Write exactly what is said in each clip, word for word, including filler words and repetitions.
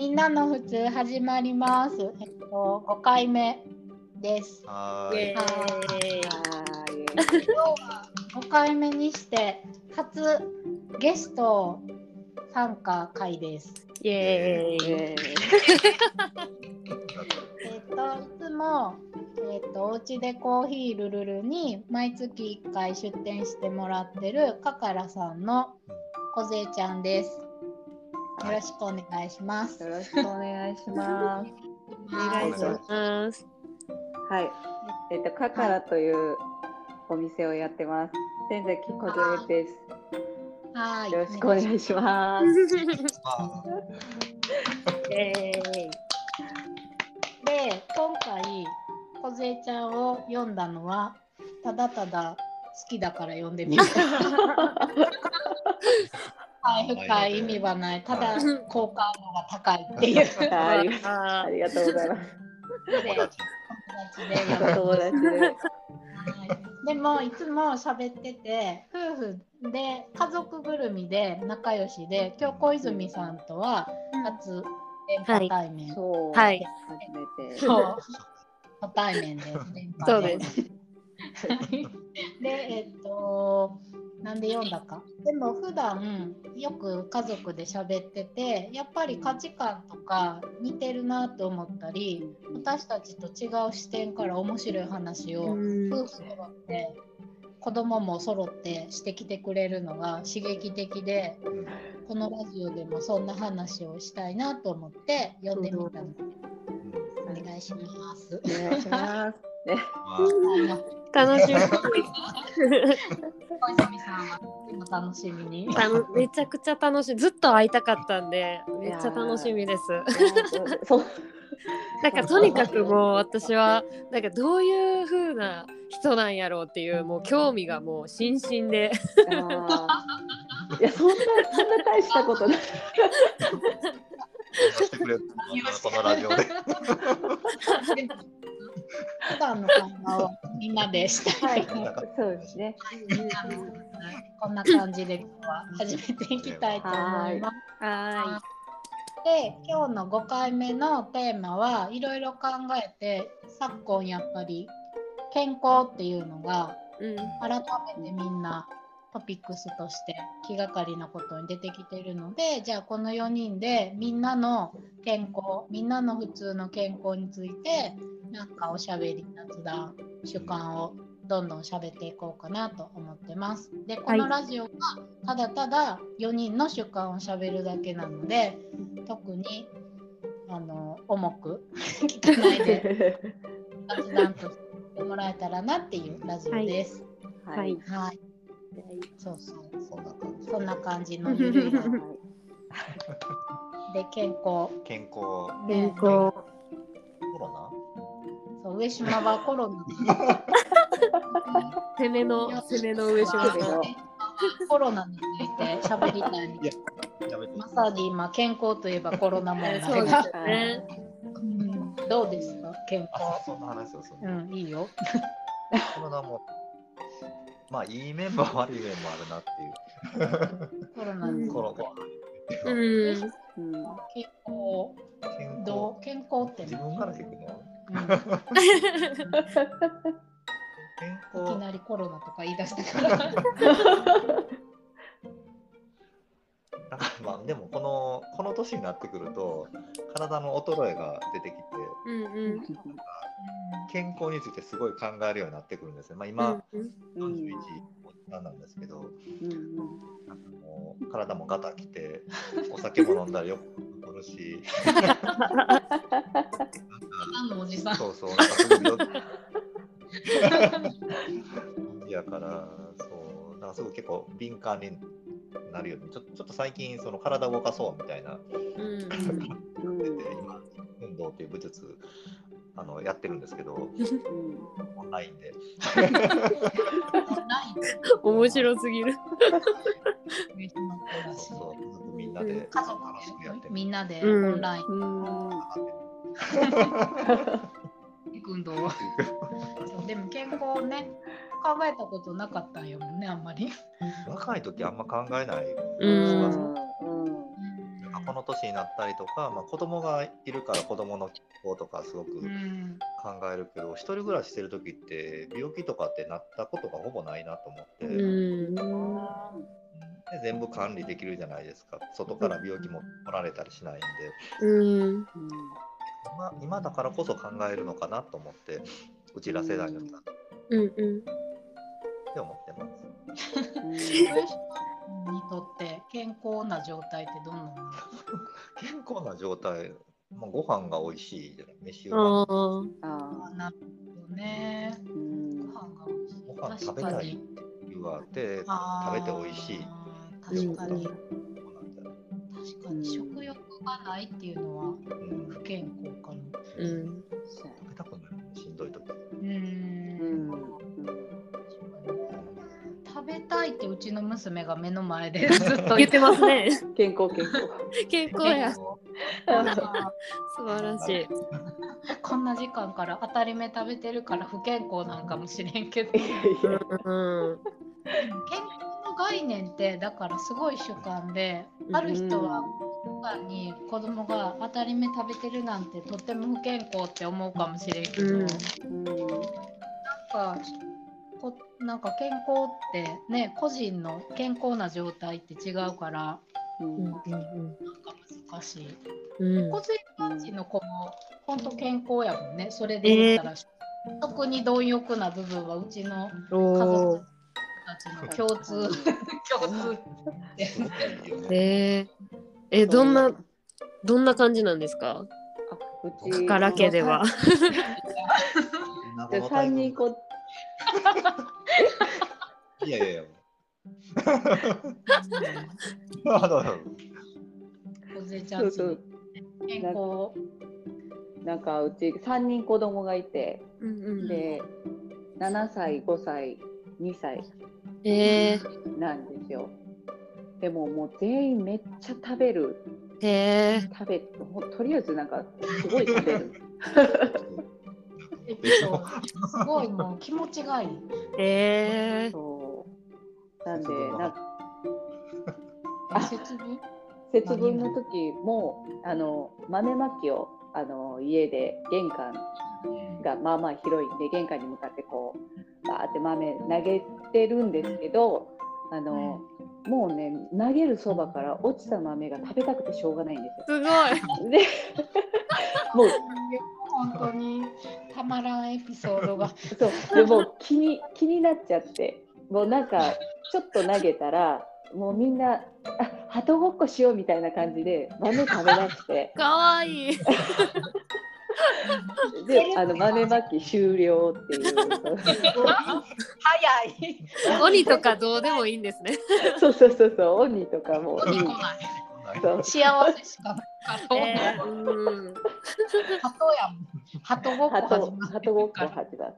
みんなの普通始まります。えっとごかいめです。 はーい。 はーい。今日はごかいめにして初ゲスト参加会です。 イエーイ。 えっといつもえっとおうちでコーヒールルルに毎月いっかい出店してもらってるカカラさんのこぜちゃんです。よろしくお願いします。 よろしくお願いします。 お願いします。 はい。えっとカカラというお店をやってます。仙崎こずえです。 はい。 よろしくお願いします。 えー、 で、今回こずえちゃんを読んだのはただただ好きだから読んでみた。はい、深い意味はない。ただ好感度が高いっていう。 ありありがとうございます。 友達でお友達で。 はい、でもいつも喋ってて夫婦で家族ぐるみで仲良しで、今日小泉さんとは初電波対面、 そう、 はい、 初めて。 そう初対面です。電波でそうです。 で、えっとなんで読んだか。でも普段よく家族で喋ってて、やっぱり価値観とか似てるなと思ったり、私たちと違う視点から面白い話を夫婦揃って子供も揃ってしてきてくれるのが刺激的で、このラジオでもそんな話をしたいなと思って読んでみたので、お願いします。 お願いします。ね、 楽しみ。 小泉さんは今楽しみに。 めちゃくちゃ楽しい。ずっと会いたかったんで、めっちゃ楽しみです。 そう。 なんかとにかくもう私はなんかどういう風な人なんやろうっていうもう興味がもう心身で。 あいやそんなそんな大したことない。 してくれるこのラジオで。 普段の会話をみんなでしたい。 そうですね。 こんな感じで今日は始めていきたいと思います。 はで、今日のごかいめのテーマはいろいろ考えて、昨今やっぱり健康っていうのが改めてみんなトピックスとして気がかりなことに出てきているので、じゃあこのよにんでみんなの健康、みんなの普通の健康についてなんかおしゃべり、雑談、主観をどんどんしゃべっていこうかなと思ってます。で、このラジオはただただよにんの主観をしゃべるだけなので、特にあの重く聞かないで雑談としてもらえたらなっていうラジオです。 はい。 はい。そうそう、そんな感じ。そんな感じのゆるいな。で、健康。 健康。 健康。 コロナ？ そう、上島はコロナで。 攻めの攻めの上島さん。 コロナについて喋りたい。まさに今健康といえばコロナ問題が。そうですね。うん、どうですか健康？ そんな話をする。 うん、いいよ。 コロナもまあいい面も悪い面もあるなっていう。 コロナに。 コロナ。 うん。 健康。健康。健康って自分から聞くの？ いきなりコロナとか言い出したから。 なんかまあでもこのこの年になってくると体の衰えが出てきて、 うんうん、 健康についてすごい考えるようになってくるんですね。まあ今、よんじゅういちなんですけど、うんうん、なんかもう体もガタきてお酒も飲んだらよく来るし。 何のおじさん。 そうそう。なんかすごいよいやからそうなんかすごい結構敏感になるようにちょ、ちょっと最近その体を動かそうみたいな、うん、今運動っていう武術あのやってるんですけど、オンラインで面白すぎる。 そうそうみんなで家族楽しくやってみんなでオンライン、うんうん運動そうでも健康ね考えたことなかったんよねあんまり。 若い時あんま考えない。 うん。 ここの年になったりとか、まあ、子供がいるから子供の健康とかすごく考えるけど、うん、一人暮らししてる時って病気とかってなったことがほぼないなと思って、うん、で全部管理できるじゃないですか。外から病気も来られたりしないんで、うん今, 今だからこそ考えるのかなと思って、うちら世代の人だと、うんうん、って思ってます。 にとって健康な状態ってどんなの？ 健康な状態、まあ、ご飯が美味しいじゃない、飯うまい。 ああ、なるほどね。うん、ご飯が美味しい。 ご飯食べたいって言われて、食べて美味しい。 確かに。確かに食欲がないっていうのは不健康かも。うん。 食べたくない、しんどい時。うん。 うん食べたいってうちの娘が目の前でずっと言ってますね。 健康健康健康や。素晴らしい。 こんな時間から当たり目食べてるから不健康なんかもしれんけど、うん、健康の概念ってだからすごい主観で、うん、ある人はに子供が当たり目食べてるなんてとっても不健康って思うかもしれんけど、うん、なんかこなんか健康ってね、個人の健康な状態って違うから、うん、なんか難しい、うん、個人個人の子も本当健康やもんね。それで言ったら、えー、特に貪欲な部分はうちの家族たちの共通共通えー、えどんなどんな感じなんですか？うちから家ではさんにん子いやいやいやおじいちゃんち健康なんかうちさんにん子供がいて、うんうん、でななさい、ごさい、にさいなんですよ。でももう全員めっちゃ食べる。 へー食べとりあえずなんかすごい食べる。 すごいもう気持ちがいい。 へーそうなんでなんあ節分節分の時もあの豆まきをあの家で玄関がまあまあ広いんで玄関に向かってこうバーって豆投げてるんですけど、あの、うん、もうね投げるそばから落ちた豆が食べたくてしょうがないんですよ。 すごい。でもう本当にたまらんエピソードがそうでも気に気になっちゃって、もうなんかちょっと投げたらもうみんなあ鳩ごっこしようみたいな感じで豆食べだしてかわいいであの豆まき終了っていう早い鬼とかどうでもいいんですね。 そうそうそうそう、鬼とかも鬼来ないそう幸せしかないから、 えー、うん鳩やもん鳩ごっこ始ま鳩ごっこ始まる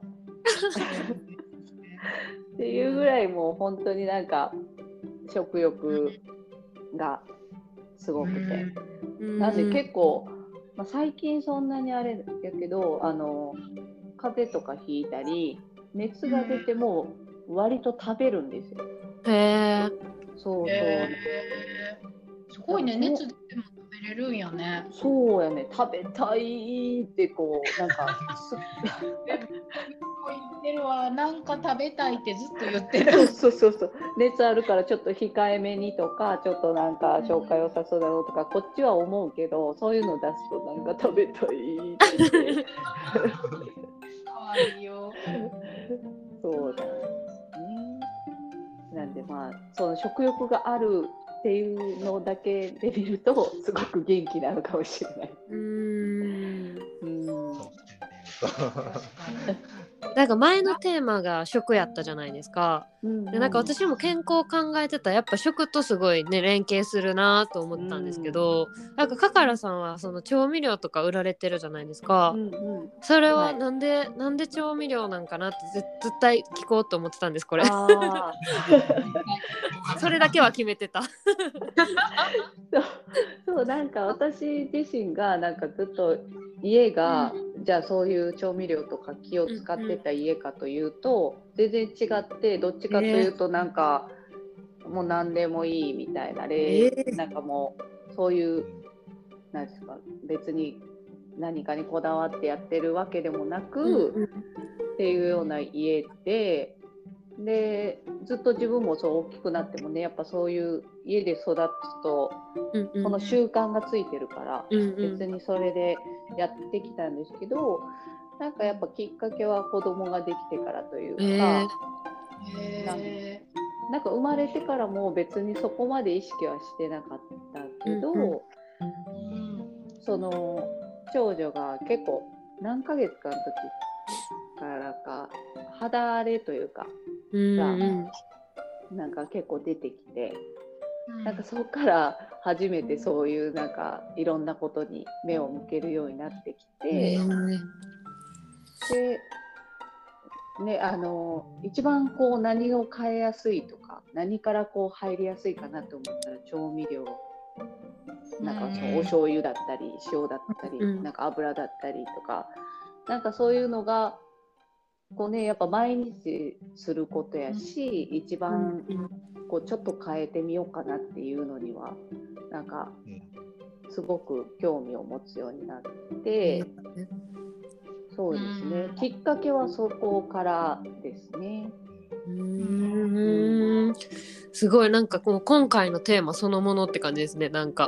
っていうぐらいもう本当になんか食欲がすごくて、なんで結構、まあ、最近そんなにあれやけどあの風邪とかひいたり熱が出ても割と食べるんですよ。 へーそうそう、 へーすごいね、熱出ても食べれるんやね。 そうやね、食べたいってこうなんか言ってるわ、なんか食べたいってずっと言ってる。 そうそうそうそう、熱あるからちょっと控えめにとかちょっとなんか消化良さそうだろうとか、うん、こっちは思うけどそういうの出すとなんか食べたいって言ってかわいいよ。 そうだね。なんでまあその食欲があるっていうのだけで見るとすごく元気なのかもしれない。うーんうーんなんか前のテーマが食やったじゃないですか、うん、でなんか私も健康を考えてたらやっぱ食とすごいね連携するなと思ったんですけど、うん、なんかカカラさんはその調味料とか売られてるじゃないですか、うんうん、それはなんで、はい、なんで調味料なんかなって絶対聞こうと思ってたんですこれあそれだけは決めてたそう、そうなんか私自身がなんかずっと家が、うん、じゃあそういう調味料とか気を使ってた家かというと、うんうん、全然違ってどっちかというとなんか、えー、もう何でもいいみたいな、えー、なんかもうそういうなんですか、別に何かにこだわってやってるわけでもなく、うん、っていうような家で、でずっと自分もそう大きくなってもね、やっぱそういう家で育つと、うんうん、その習慣がついてるから、うんうん、別にそれでやってきたんですけど、なんかやっぱきっかけは子供ができてからというか、えー、なんなんか生まれてからも別にそこまで意識はしてなかったけど、うんうん、その長女が結構何ヶ月かの時からか肌荒れというかが、うんうん、なんか結構出てきて、なんかそこから初めてそういうなんかいろんなことに目を向けるようになってきて、うん、で、ね、あの一番こう何を変えやすいとか何からこう入りやすいかなと思ったら調味料、なんかそのお醤油だったり塩だったり、うん、なんか油だったりとか、なんかそういうのがこうね、やっぱ毎日することやし、一番こうちょっと変えてみようかなっていうのにはなんかすごく興味を持つようになって、そうですね、きっかけはそこからですね。 うーん、すごい、なんかこう今回のテーマそのものって感じですね、なんか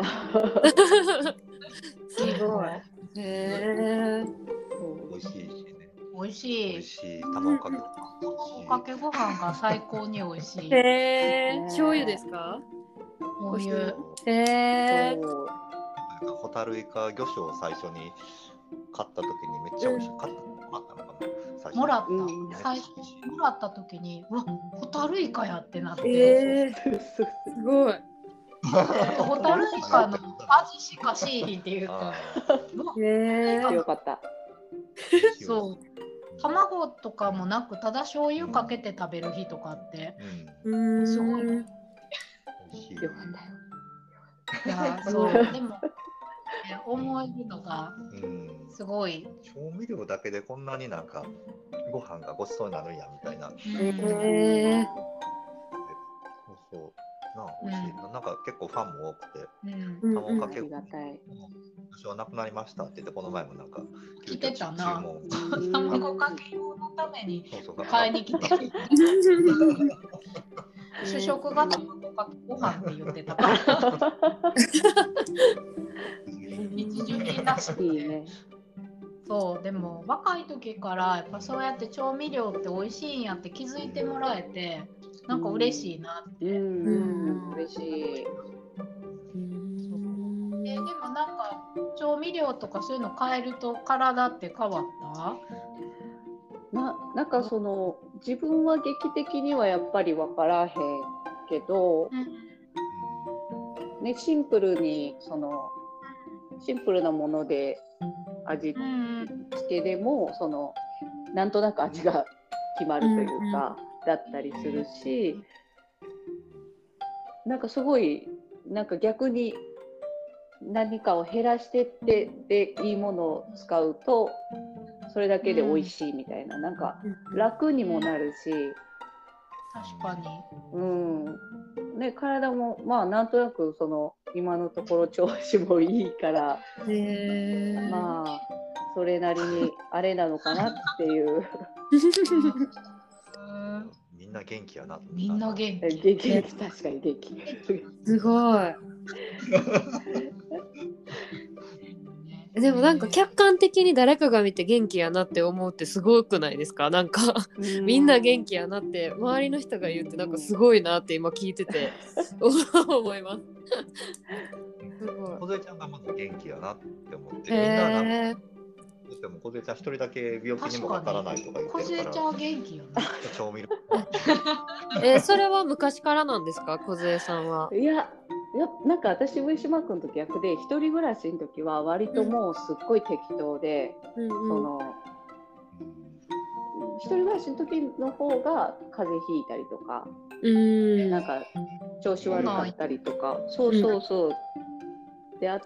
すごい。へえ。 美味しいしね。 美味しい。 美味しい卵かけご飯。 卵かけご飯が最高に美味しい。 へえ。醤油ですか？ 醤油。 へえ。 ホタルイカ魚醤を最初に買った時にめっちゃ美味しい。買ったもらったのかな？最初もらった。うん、最初もらった時に、うわ、ホタルイカやってなって。 えー、すごい。 ホタルイカの味しかしいひんっていうか。 へえ。よかった。 そう。卵とかもなく、ただ醤油かけて食べる日とかって、うん、すごい。よかったよ。いや、そう。でも、思えるのがすごい、 うん、調味料だけでこんなになんかご飯がごちそうになるんやみたいな。 へえ。 そうそうな、美味しい、うん、なんか結構ファンも多くて、 うん、 卵かけご飯私はなくなりましたって言って、この前もなんか来てたな、卵かけ用のために買いに来て主食が卵かけご飯って言ってたから一時期らしくて、そう。でも若い時からやっぱそうやって調味料って美味しいんやって気づいてもらえて、なんか嬉しいなって。 うんうん、嬉しい。 で, でもなんか調味料とかそういうの変えると体って変わった？ な, なんかその自分は劇的にはやっぱり分からへんけど、うんね、シンプルにそのシンプルなもので味付けでもそのなんとなく味が決まるというか、だったりするし、なんかすごいなんか逆に何かを減らしてってでいいものを使うとそれだけで美味しいみたいな、なんか楽にもなるし、 確かに、 うんね、体もまあなんとなくその今のところ調子もいいから、へまあそれなりにあれなのかなっていうみんな元気やな。 みんな元気。 元気、確かに元気。 すごい。でもなんか客観的に誰かが見て元気やなって思うってすごくないですか？なんかみんな元気やなって周りの人が言うってなんかすごいなって今聞いてて思います。 すごい。小杉ちゃんがまず元気やなって思って、みんななんかでも小杉ちゃん一人だけ病気にもかからないとか言ってるから。 小杉ちゃんは元気よね。 調味料。 えー、それは昔からなんですか、小杉さんは？ いや、いやなんか私上島君と逆で一人暮らしの時は割ともうすっごい適当で、うん、その一人暮らしの時の方が風邪ひいたりとか、うん、なんか調子悪かったりとか、そうそうそう、うん、であって、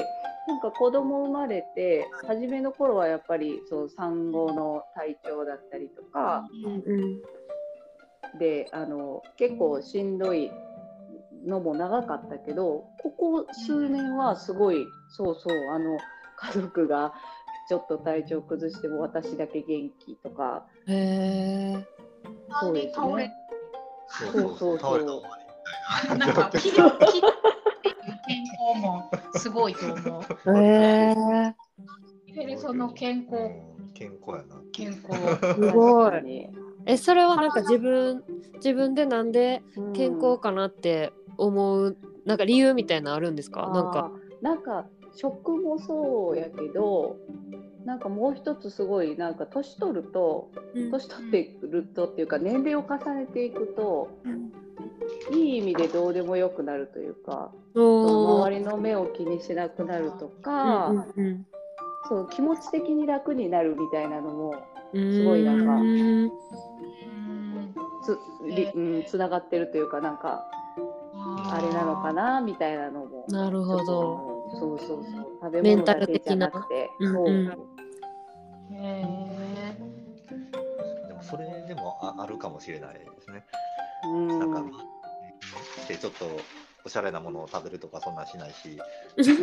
なんか子供生まれて初めの頃はやっぱりそう産後の体調だったりとか、うん、であの結構しんどいのも長かったけど、ここ数年はすごい、そうそう、あの家族がちょっと体調崩しても私だけ元気とか。 へー。 そうです倒れね。そうそうそう。 なんか気力気力健康もすごいと思う。 へー。 ペルソの健康、うん、 健康やな。 健康。 すごい。え、それはなんか自分自分でなんで健康かなって思う、なんか理由みたいなのあるんですか？なんかなんか食もそうやけど、なんかもう一つすごいなんか年取ると、うん、年取ってくるとっていうか年齢を重ねていくと、うん、いい意味でどうでもよくなるというか、その周りの目を気にしなくなるとか、うんうんうん、そう気持ち的に楽になるみたいなのもすごいなんかつ, うん、つながってるというか、なんかあれなのかなみたいなのも。 なるほど。 そうそうそう、食べ物だけじゃなくて、そう。 へえ。でもそれでも あ, あるかもしれないですね。うん。なんかでちょっとおしゃれなものを食べるとかそんなんしないし。うん。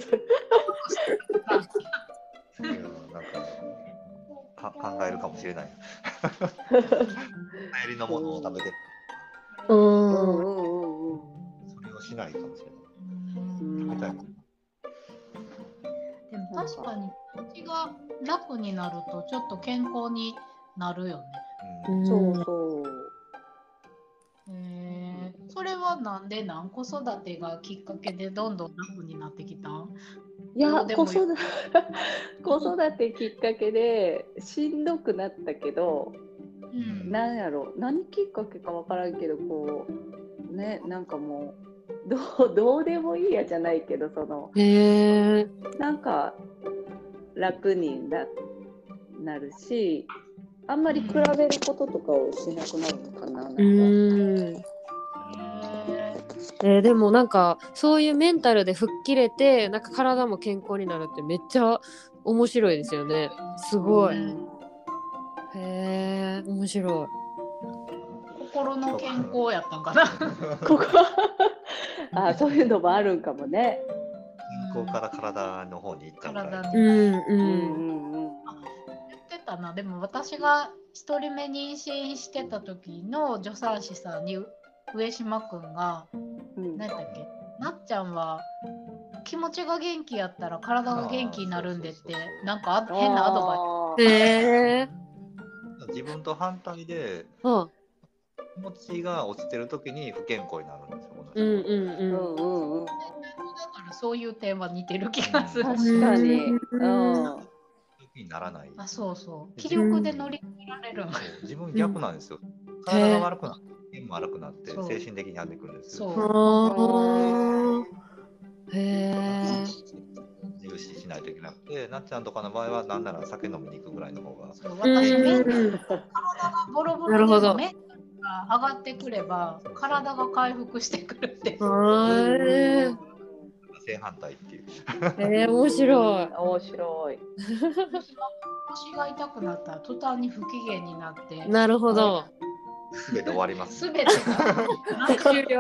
なんかか考えるかもしれない。流行りのものを食べて。うんうんうんうん。それをしないかもしれない。みたいな。 でも確かに気持ちが楽になるとちょっと健康になるよね。 うん、そうそう。 えー、それはなんでなん子育てがきっかけでどんどん楽になってきたん？ いや子育て子育てきっかけでしんどくなったけど、うん、なんやろ何きっかけかわからんけどこうね、なんかもうどう、どうでもいいやじゃないけど、そのへなんか楽に な, なるし、あんまり比べることとかをしなくなるのかな。なんかうんえー、でもなんかそういうメンタルで吹っ切れてなんか体も健康になるってめっちゃ面白いですよね。すごい。へえ、面白い。 心の健康やったんかな。 ここあ、そういうのもあるんかもね。 健康から体の方に行ったぐらい。 体に。うんうんうん。あ、言ってたな。でも私が一人目妊娠してた時の助産師さんに上島くんが、うん、何だっけ、なっちゃんは気持ちが元気やったら体が元気になるんでって、なんか変なアドバイス。へー。 自分と反対で、うん、気持ちが落ちてる時に不健康になるんですよ。うんうんうんうん。 だからそういう点は似てる気がする。 確かに。うん。 にならない。 あ、そうそう。気力で乗り越えられる。 自分逆なんですよ。体が悪くなって、気も悪くなって精神的に病んでくるんですよ。そう。へえ。重視しないといけなくて、なっちゃんとかの場合はなんなら酒飲みに行くぐらいの方が。 そう、私メンタル、体がボロボロでもメンタルが上がってくれば体が回復してくるって。 正反対っていう。 えー、面白い。 面白い。 腰が痛くなったら途端に不機嫌になって。 なるほど。 すべて終わります。 すべてが終了。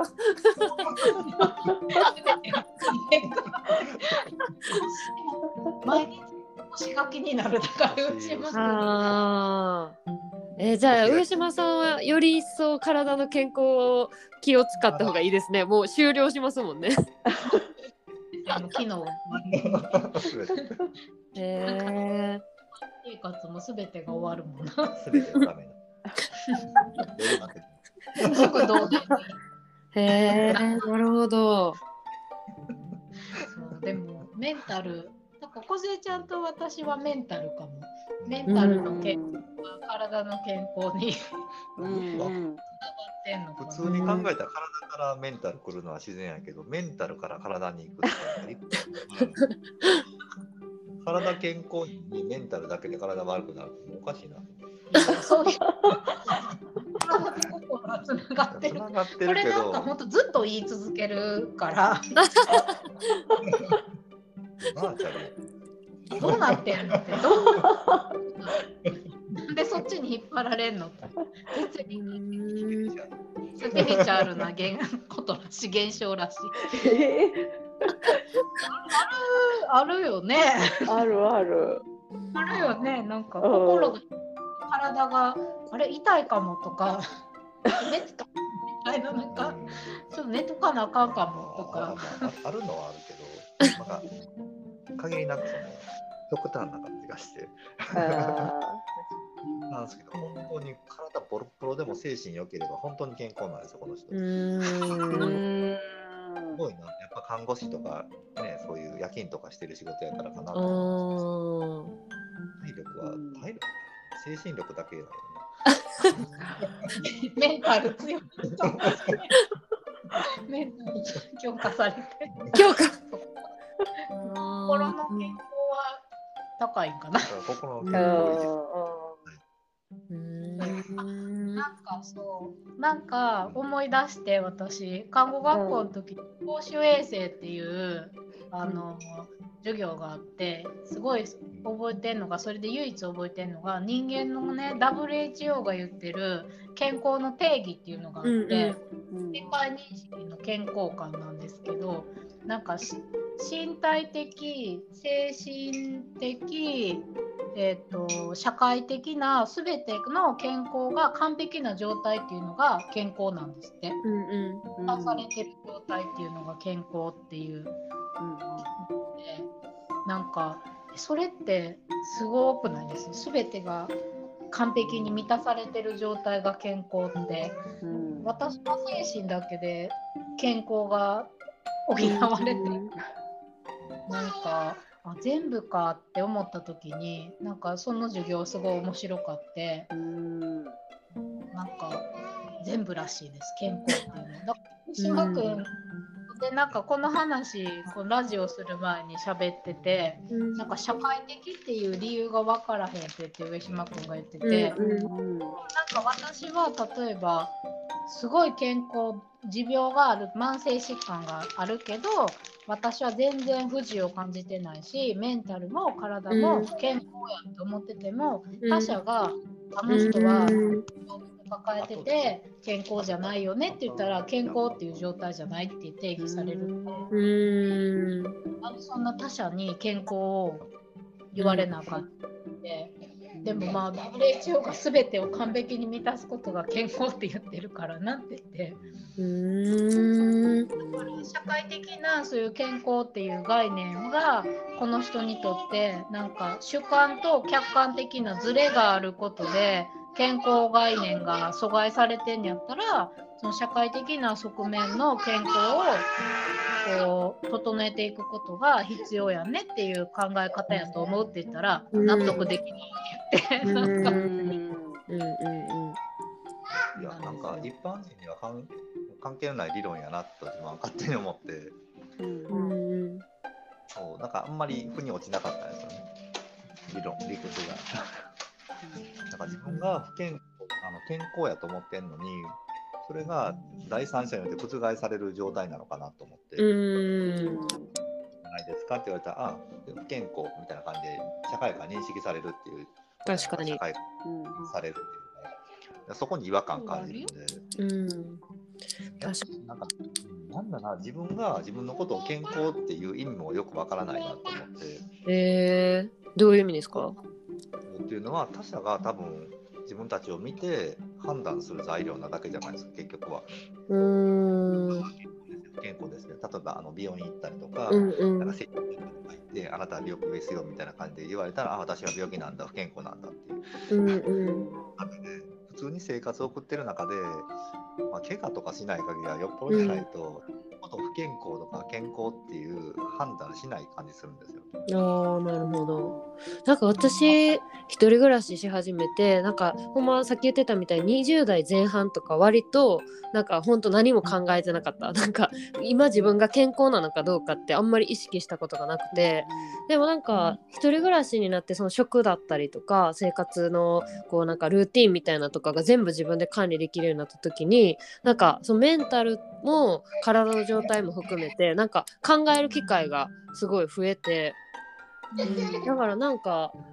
毎日腰が気になるだから上島さん。あえー、じゃあ上島さんはより一層体の健康を気を使った方がいいですね。もう終了しますもんね。 機能。 へえ。 生活もすべてが終わるもんな。 すべてがダメだ。 即どうでもいい。 へえ、なるほど。 そう、でもメンタル、なんか小杉ちゃんと私はメンタルかも。メンタルの健康は体の健康につながってんのかな。 普通に考えたら体からメンタル来るのは自然やけど、メンタルから体に行くって体健康にメンタルだけで体悪くなるっておかしいな。 そういう体と心がつながってる。 がってるけど、 これなんか本当ずっと言い続けるから。 まあちゃんどうなってるのってどうなんでそっちに引っ張られんのって。別にスピリチュアルなことらしい、現象らしい。えー、あるあるよね。 あるある。 あるよね。なんか心が、体があれ痛いかもとか、熱かみたいな、なんかちょっと寝とかなあかんかもとか。 あ, あ, あるのはあるけど、なんか限りなくその極端な感じがして。なんですけど、本当に体ボロボロでも精神良ければ本当に健康なんですよ、この人。うーん、すごいな、やっぱ看護師とかね、そういう夜勤とかしてる仕事やからかなと思うんですけど、体力は体力、精神力だけだよね。 メンタル強い。メンタル強化されて。 強化。 心の健康は高いんかな。 心の健康なんかそうなんか思い出して、私看護学校の時に公衆衛生っていうあの授業があって、すごい覚えてんのが、それで唯一覚えてんのが、人間のね ダブリューエイチオー が言ってる健康の定義っていうのがあって、うんうん、世界認識の健康観なんですけど、なんか身体的、精神的、えーと、社会的な全ての健康が完璧な状態っていうのが健康なんですって。うんうん、されてる状態っていうのが健康っていう、うん、でなんかそれってすごくないですか。全てが完璧に満たされてる状態が健康って、うん、私の精神だけで健康が補われて、うん、なんかあ全部かって思った時に、なんかその授業すごい面白かって、うん、なんか全部らしいです、健康っていうの。だから島君でなんかこの話このラジオする前に喋ってて、うん、なんか社会的っていう理由が分からへんって言って上島君が言ってて、うんうん、なんか私は例えばすごい健康、持病がある、慢性疾患があるけど私は全然不自由を感じてないし、メンタルも体も健康やと思ってても、うん、他者があの人は抱えてて健康じゃないよねって言ったら、健康っていう状態じゃないって定義されるので、うん、なんでそんな他者に健康を言われなあかんって、うん、でもまあ ダブリューエイチオー が全てを完璧に満たすことが健康って言ってるからなんて言って、うーん、だから社会的なそういう健康っていう概念がこの人にとってなんか主観と客観的なズレがあることで健康概念が阻害されてんやったら、その社会的な側面の健康をこう整えていくことが必要やねっていう考え方やと思うって言ったら、うん、納得できないって言って、なんか、うんうんうん、 いやなんか一般人には関係のない理論やなと自分は勝手に思って、うんうん、そうなんかあんまり腑に落ちなかったんですよね、理論理屈が。なんか自分が不健康、あの健康やと思ってんのに、それが第三者によって覆される状態なのかなと思って、うーんないですかって言われたら、あ不健康みたいな感じで社会から認識されるっていう、 確かに社会化されるっていうね、そこに違和感感じるので、うん確かになんかなんだな、自分が自分のことを健康っていう意味もよくわからないなと思って。 えー、どういう意味ですか？ っていうのは他者が多分自分たちを見て判断する材料なだけじゃないですか、結局は。うーん不健康ですね。例えばあの美容院行ったりとか、うんうん、なんか接客とか行ってあなたは病気ですよみたいな感じで言われたら、あ私は病気なんだ、不健康なんだっていう。うんうん、普通に生活を送ってる中で、まあ、怪我とかしない限りはよっぽどじゃないと、うん不健康とか健康っていう判断しない感じするんですよ。 ああ、なるほど。なんか私一人暮らしし始めて、なんかほんまさっき言ってたみたいににじゅう代前半とか割となんかほんと何も考えてなかった。なんか今自分が健康なのかどうかってあんまり意識したことがなくて、でもなんか一人暮らしになってその食だったりとか生活のこうなんかルーティンみたいなとかが全部自分で管理できるようになった時に、なんかそのメンタルも体の状態も含めてなんか考える機会がすごい増えて、うん、だからなんか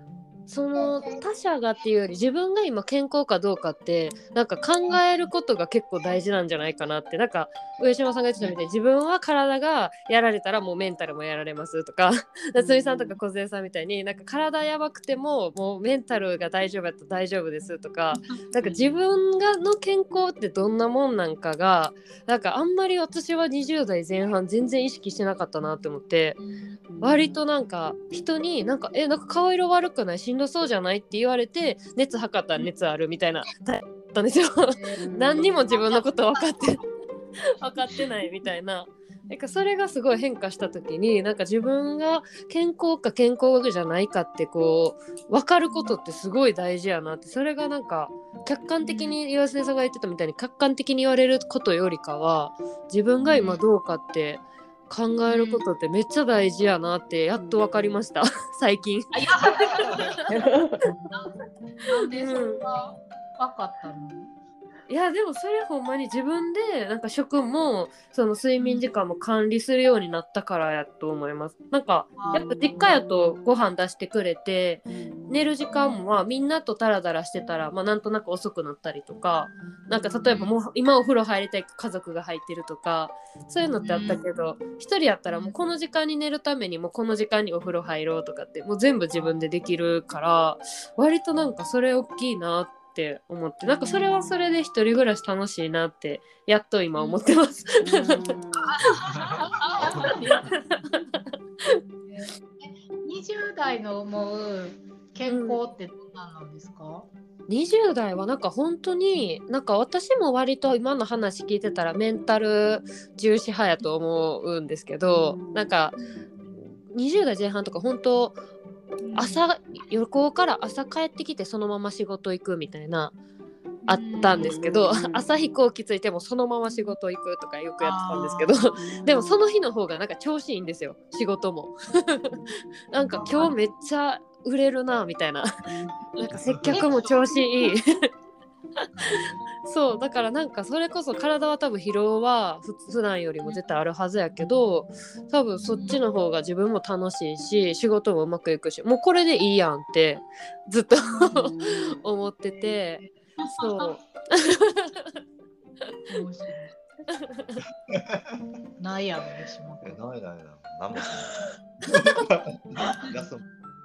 その他者がっていうより自分が今健康かどうかってなんか考えることが結構大事なんじゃないかなって。なんか上島さんが言ってたみたいに自分は体がやられたらもうメンタルもやられますとか夏美さんとか梢さんみたいになんか体やばくてももうメンタルが大丈夫だと大丈夫ですとか、なんか自分がの健康ってどんなもんなんかがなんかあんまり私はにじゅう代前半全然意識してなかったなって思って、割となんか人になんかえなんか顔色悪くないしんどそうじゃないって言われて熱測ったら熱あるみたいなだったんですよ何にも自分のこと分かって分かってないみたいな。なんかそれがすごい変化した時になんか自分が健康か健康じゃないかってこう分かることってすごい大事やなって。それがなんか客観的に岩瀬さんが言ってたみたいに客観的に言われることよりかは自分が今どうかって考えることってめっちゃ大事やなってやっと分かりました最近。 なんでそれが分かったの？ いやでもそれほんまに自分でなんか食もその睡眠時間も管理するようになったからやと思います。なんかやっぱ実家やとご飯出してくれて寝る時間もまあみんなとダラダラしてたらまあなんとなく遅くなったりとか、なんか例えばもう今お風呂入りたい家族が入ってるとかそういうのってあったけど、一人やったらもうこの時間に寝るためにもうこの時間にお風呂入ろうとかってもう全部自分でできるから割となんかそれ大きいなってって思って、なんかそれはそれで一人暮らし楽しいなってやっと今思ってます。 にじゅう代の思う健康って何なんですか？ にじゅう代はなんか本当になんか私も割と今の話聞いてたらメンタル重視派やと思うんですけど、なんかにじゅう代前半とか本当朝旅行から朝帰ってきてそのまま仕事行くみたいなあったんですけど、朝飛行機着いてもそのまま仕事行くとかよくやってたんですけどでもその日の方がなんか調子いいんですよ仕事もなんか今日めっちゃ売れるなみたいななんか接客も調子いいそうだからなんかそれこそ体は多分疲労は普段よりも絶対あるはずやけど多分そっちの方が自分も楽しいし仕事もうまくいくしもうこれでいいやんってずっと思っててそうないやろでしょ。 えないないない何もしない休む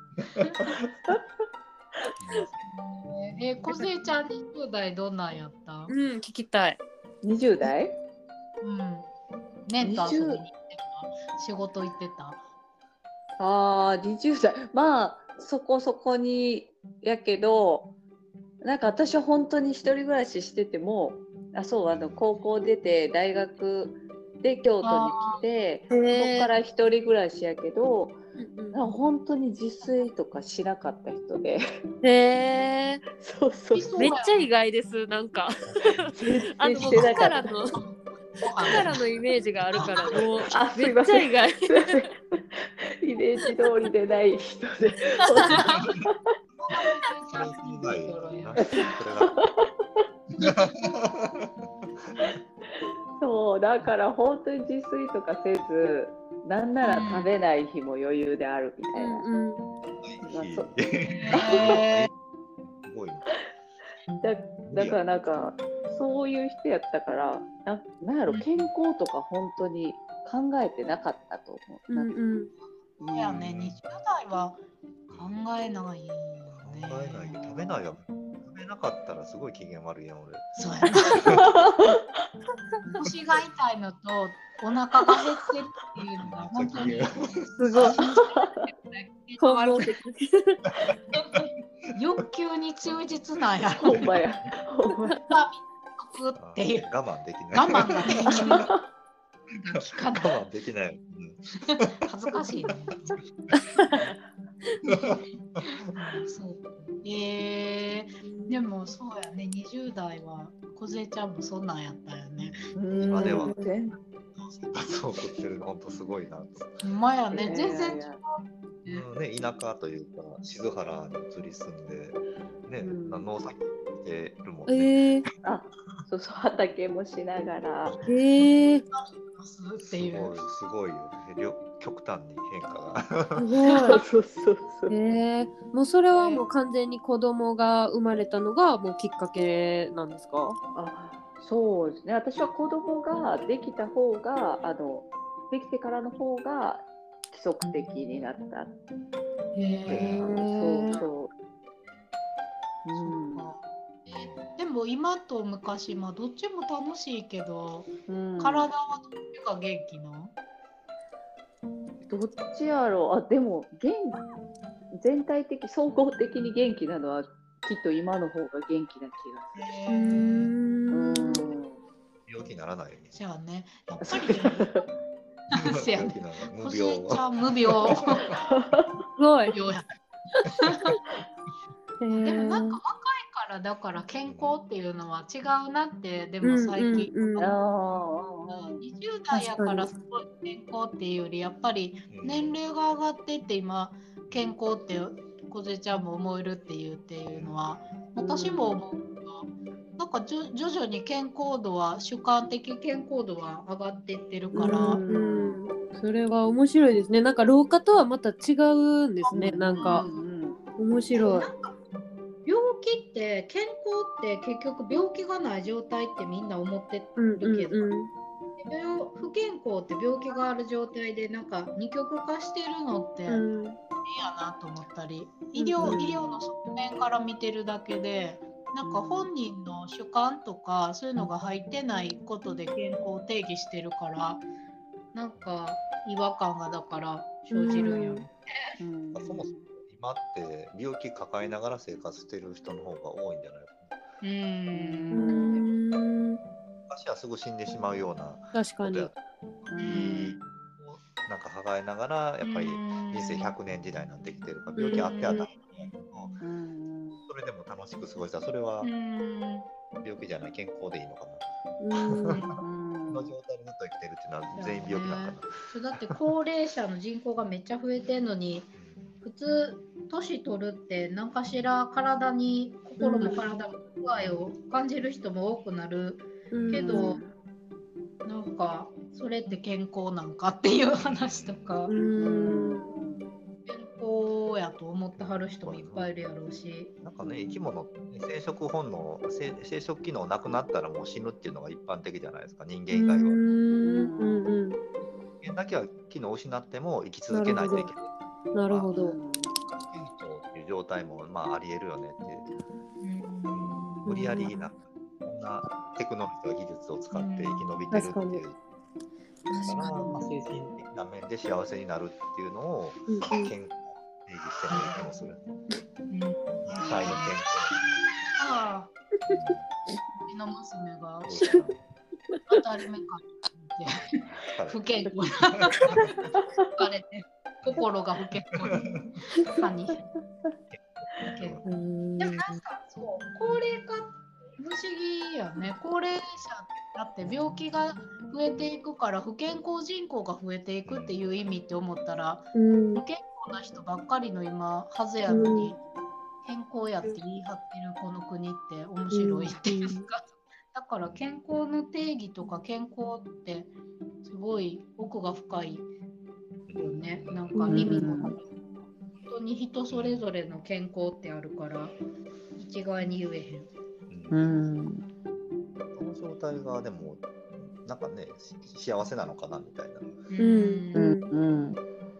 えー、こずえちゃんにじゅう代どんなんやった？ うん聞きたい。 にじゅう代？ うん。年と遊びに行ってた？仕事行ってた？ ああ、にじゅう代。まあそこそこにやけど、なんか私は本当に一人暮らししてても、あそうあの高校出て大学で京都に来て、そこから一人暮らしやけど。なんか本当に自炊とかしなかった人で。 へーそうそうそう。 めっちゃ意外です。なんかあのもうカからのカからのイメージがあるからもうめっちゃ意外。 イメージ通りでない人で。そうだから本当に自炊とかせず。なんなら食べない日も余裕であるみたいな。うんうんだ, だからなんかそういう人やったからな、なんやろ健康とか本当に考えてなかったと思う。うんうんそうやね、にじゅう代は考えないよね。 考えない食べないよ。食べなかったらすごい機嫌悪いやん俺。 そうやな。腰が痛いのとお腹が減ってるっていうのが本当にすごい。 欲求に忠実なんや。 ほんまや。 っていう我慢できない。 我慢ができない。 我慢できない。 恥ずかしいね。そうえー、でもそうやね、にじゅう代はこずえちゃんもそんなんやったよね。 今では生活を送ってるの本当すごいなと。 ほんまやね、全然違う、うんね、田舎というか静原に移り住んで、ね、うん、農作業してるもんね。えー、 あ、そうそう畑もしながら。 えー、 っていうすごいすごいよね。 極端に変化がすごいそうそうそう。 えー、もうそれはもう完全に子供が生まれたのがもうきっかけなんですか？ あ、そうですね。私は子供ができた方が、あのできてからの方が規則的になった。 へそうーそう。うんそうかえでも今と昔、まあ、どっちも楽しいけど、 うん、 体はどっちが元気なの？ どっちやろう。あ、でも元全体的総合的に元気なのはきっと今の方が元気な気がする。 うーへーん病気にならない。 じゃあね、やっぱりでもせやね病気なの無星病ちゃん無病すごい病やへーでもなんか若いからだから健康っていうのは違うなってでもうん最近うんうんあにじゅう代やからすごい健康っていうよりやっぱり年齢が上がってって今健康って小瀬ちゃんも思えるっていうっていうのは私も思うけどなんか徐々に健康度は主観的健康度は上がっていってるから、 うんうんそれは面白いですね。なんか老化とはまた違うんですね。なんか面白い。 なんか病気って健康って結局病気がない状態ってみんな思ってるけど、 うんうんうん不健康って病気がある状態でなんか二極化してるのって変やうんなと思ったり、医療、 うん医療の側面から見てるだけでなんか本人の主観とかそういうのが入ってないことで健康を定義してるからなんか違和感がだから生じるんやろ、 うんうんそもそも今って病気抱えながら生活してる人の方が多いんじゃないかな。 うーうんん昔はすぐ死んでしまうような確かにことやったりなんか抱えながらやっぱり人生ひゃくねん時代になってきてるから病気あってはならないけどうんそれでも楽しく過ごしたらそれはうーん病気じゃない健康でいいのかな。 うんこの状態でずっと生きてるっていうのは全員病気なのかな。 そうだって高齢者の人口がめっちゃ増えてるのに普通年取るって何かしら体に心も体も具合を感じる人も多くなるけど、なんかそれって健康なんかっていう話とか、 うん健康やと思ってはる人もいっぱいいるやろうし、 なんかね生き物生殖本能生生殖機能なくなったらもう死ぬっていうのが一般的じゃないですか人間以外は。 うんうん人間だけは機能を失っても生き続けないといけない。 なるほど。 健康っていう状態もまあありえるよねっていう。 うん無理やりなこんなテクノロジー技術を使って生き延びてるっていう。だからまあ精神的な面で幸せになるっていうのを健康を定義してもいいかもしれない。 うん肉体の健康。 ああ、うちの娘が当たり目からって不健康な疲れて心が不健康な感じ。でもなんかそう高齢化不思議やね。高齢者だって病気が増えていくから不健康人口が増えていくっていう意味って思ったら、 うん、 不健康な人ばっかりの今はずやのに、うん、健康やって言い張ってるこの国って面白いっていうか、だから健康の定義とか健康ってすごい奥が深いよね。なんか意味も、本当に人それぞれの健康ってあるから一概に言えへん。 うん、 その状態がでもなんかね幸せなのかなみたいな、 うんうんうん、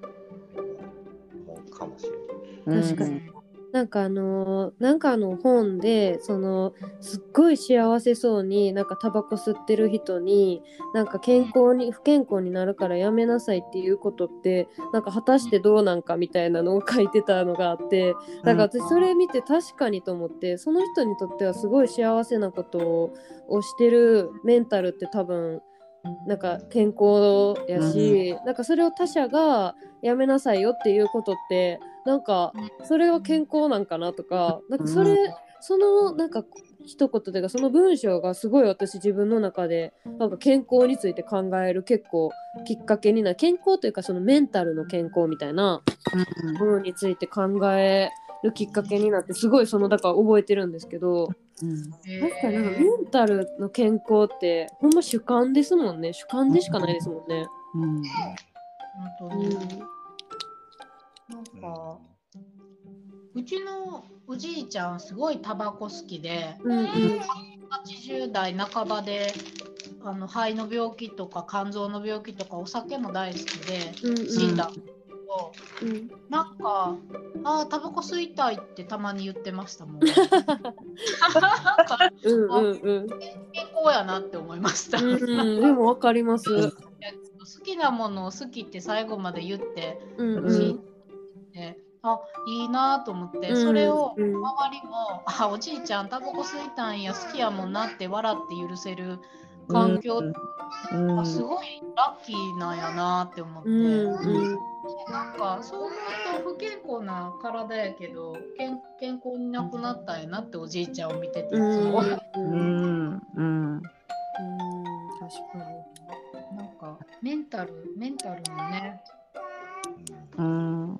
思うかもしれない。 確かに。なんかあのー、なんかの本でそのすっごい幸せそうになんかタバコ吸ってる人になんか健康に不健康になるからやめなさいっていうことってなんか果たしてどうなんかみたいなのを書いてたのがあって、だから私それ見て確かにと思って、その人にとってはすごい幸せなことをしてるメンタルって多分なんか健康やし、なんかそれを他者がやめなさいよっていうことってなんかそれは健康なんかなとか、なんかそれそのなんか一言というかその文章がすごい私自分の中でなんか健康について考える結構きっかけになる、健康というかそのメンタルの健康みたいなものについて考えるきっかけになって、すごいそのだから覚えてるんですけど、うん、確かになんかメンタルの健康ってほんま主観ですもんね。主観でしかないですもんね。 うん、 本当に、うん、なんか、うん、うちのおじいちゃんすごいタバコ好きで、うんうん、はちじゅう代半ばであの肺の病気とか肝臓の病気とかお酒も大好きで死んだんですけど、うんうん、なんかあタバコ吸いたいってたまに言ってましたもん。なんかうんうん、うん、健康やなって思いました。うんうん、 でもわかります。 好きなものを好きって最後まで言って、うんうん、あいいなと思って、うん、それを周りも、あおじいちゃんタバコ吸いたんや好きやもんなって笑って許せる環境、うん、すごいラッキーなんやなって思って、うんうん、なんかそう思うと不健康な体やけど健健康になくなったんやなっておじいちゃんを見てていつも、うんうんうん、確かになんかメンタルメンタルもね、 うん、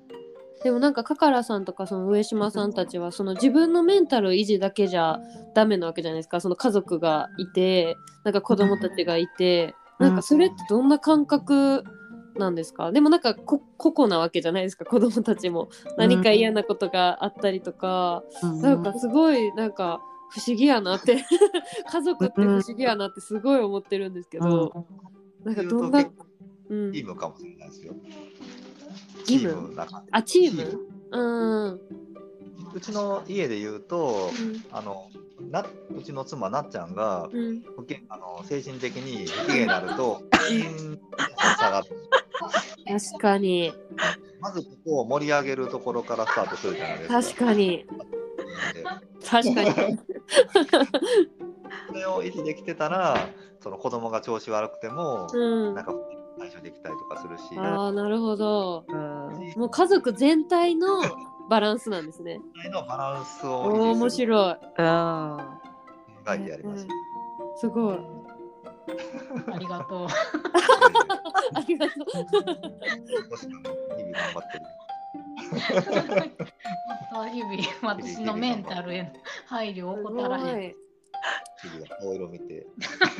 でもなんかカカラさんとかその上島さんたちはその自分のメンタル維持だけじゃダメなわけじゃないですか。その家族がいてなんか子供たちがいて、なんかそれってどんな感覚なんですか？でもなんかこ個々なわけじゃないですか。子供たちも何か嫌なことがあったりとか、なんかすごいなんか不思議やなって家族って不思議やなってすごい思ってるんですけど、なんかどんな、 うん、チームかもしれないですよ。 チームあチームうん、 うちの家で言うと、うん、あのなうちの妻なっちゃんが、うん、あの精神的に不機嫌になると下がる。 確かに。 まずここを盛り上げるところからスタートするじゃないですか。 確かに。確かに。 それを維持できてたら、その子供が調子悪くても、うん、なんか対処できたりとかするし。 ああ、なるほど。うん、もう家族全体のバランスなんですね。 全体のバランスを維持する。面白い。ああ。考えてやります。 すごい。 ありがとう。 ありがとう。 日々頑張ってる。 日々私のメンタルへの配慮を怠らへん。 日々顔色見て。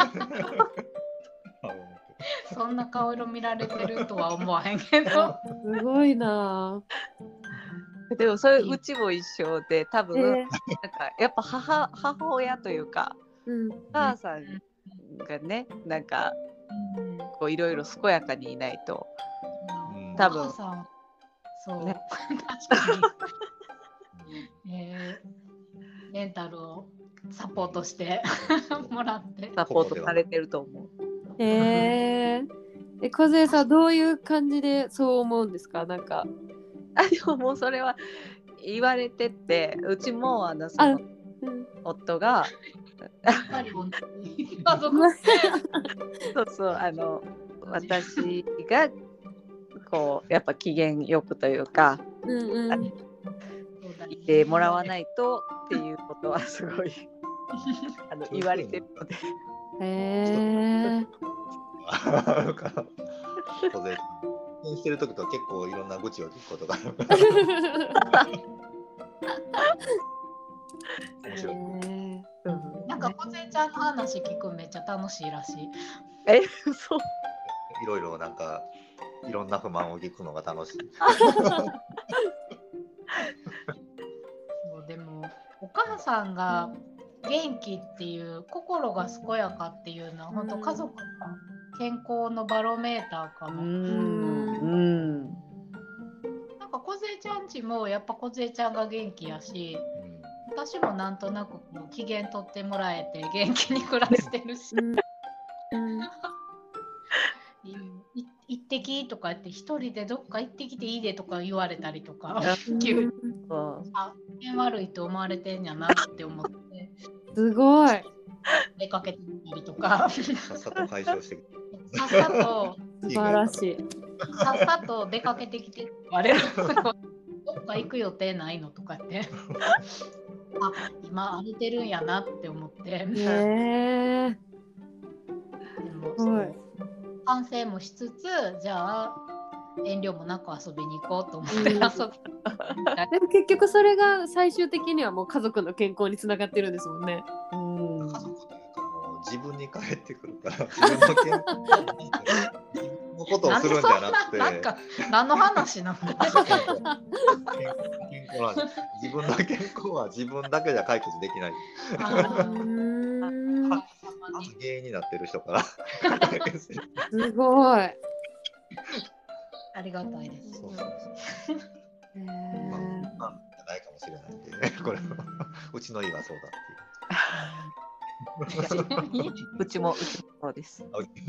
そんな顔色見られてるとは思わへんけど。 すごいな。 でもそれうちも一緒で多分、えー、なんかやっぱ 母, 母親というか、うん、お母さんがねなんかこういろいろ健やかにいないと、うん、多分、 お母さんそう、ね、確かに、えー、メンタルをサポートしてもらってサポートされてると思う。 えー、え小杉さんどういう感じでそう思うんですか？なんかあでももうそれは言われてて、うちもあのその、うん、夫がそうそうあの私がこうやっぱ機嫌よくというか、うんうん、いてもらわないとっていうことはすごいあの言われてるので。 へー。 してる時と結構いろんな愚痴を聞くことがある。面白い。 なんか小杉ちゃんの話聞くめっちゃ楽しいらしい。 え、そう。 いろいろなんかいろんな不満を聞くのが楽しい。 そうでもお母さんが元気っていう心が健やかっていうのは本当家族の健康のバロメーターかも。うんなんか小杉ちゃんちもやっぱ小杉ちゃんが元気やし、私もなんとなく機嫌取ってもらえて元気に暮らしてるし、うんうん、行ってきとか言って一人でどっか行ってきていいでとか言われたりとか、急にあ機嫌悪いと思われてんやなって思ってすごい出かけてみたりとかさっさと解消してくる。 さっさと素晴らしい。 さっさと出かけてきてって言われる。どっか行く予定ないのとかってあ今荒れてるんやなって思って。へー。でもそう反省もしつつじゃあ遠慮もなく遊びに行こうと思って遊び、うん、でも結局それが最終的にはもう家族の健康につながってるんですもんね。 うん家族というかもう自分に返ってくるから自分の健康自分のことをするんじゃなくて、 なんか何の話なの？ 健康なんです。自分の健康は自分だけじゃ解決できない。まず原因になってる人から。すごい。 ありがたいです。そうそうそう。 えー、まあ、ないかもしれないんでね、これはうちの家はそうだっていう。うちもうちもそうです。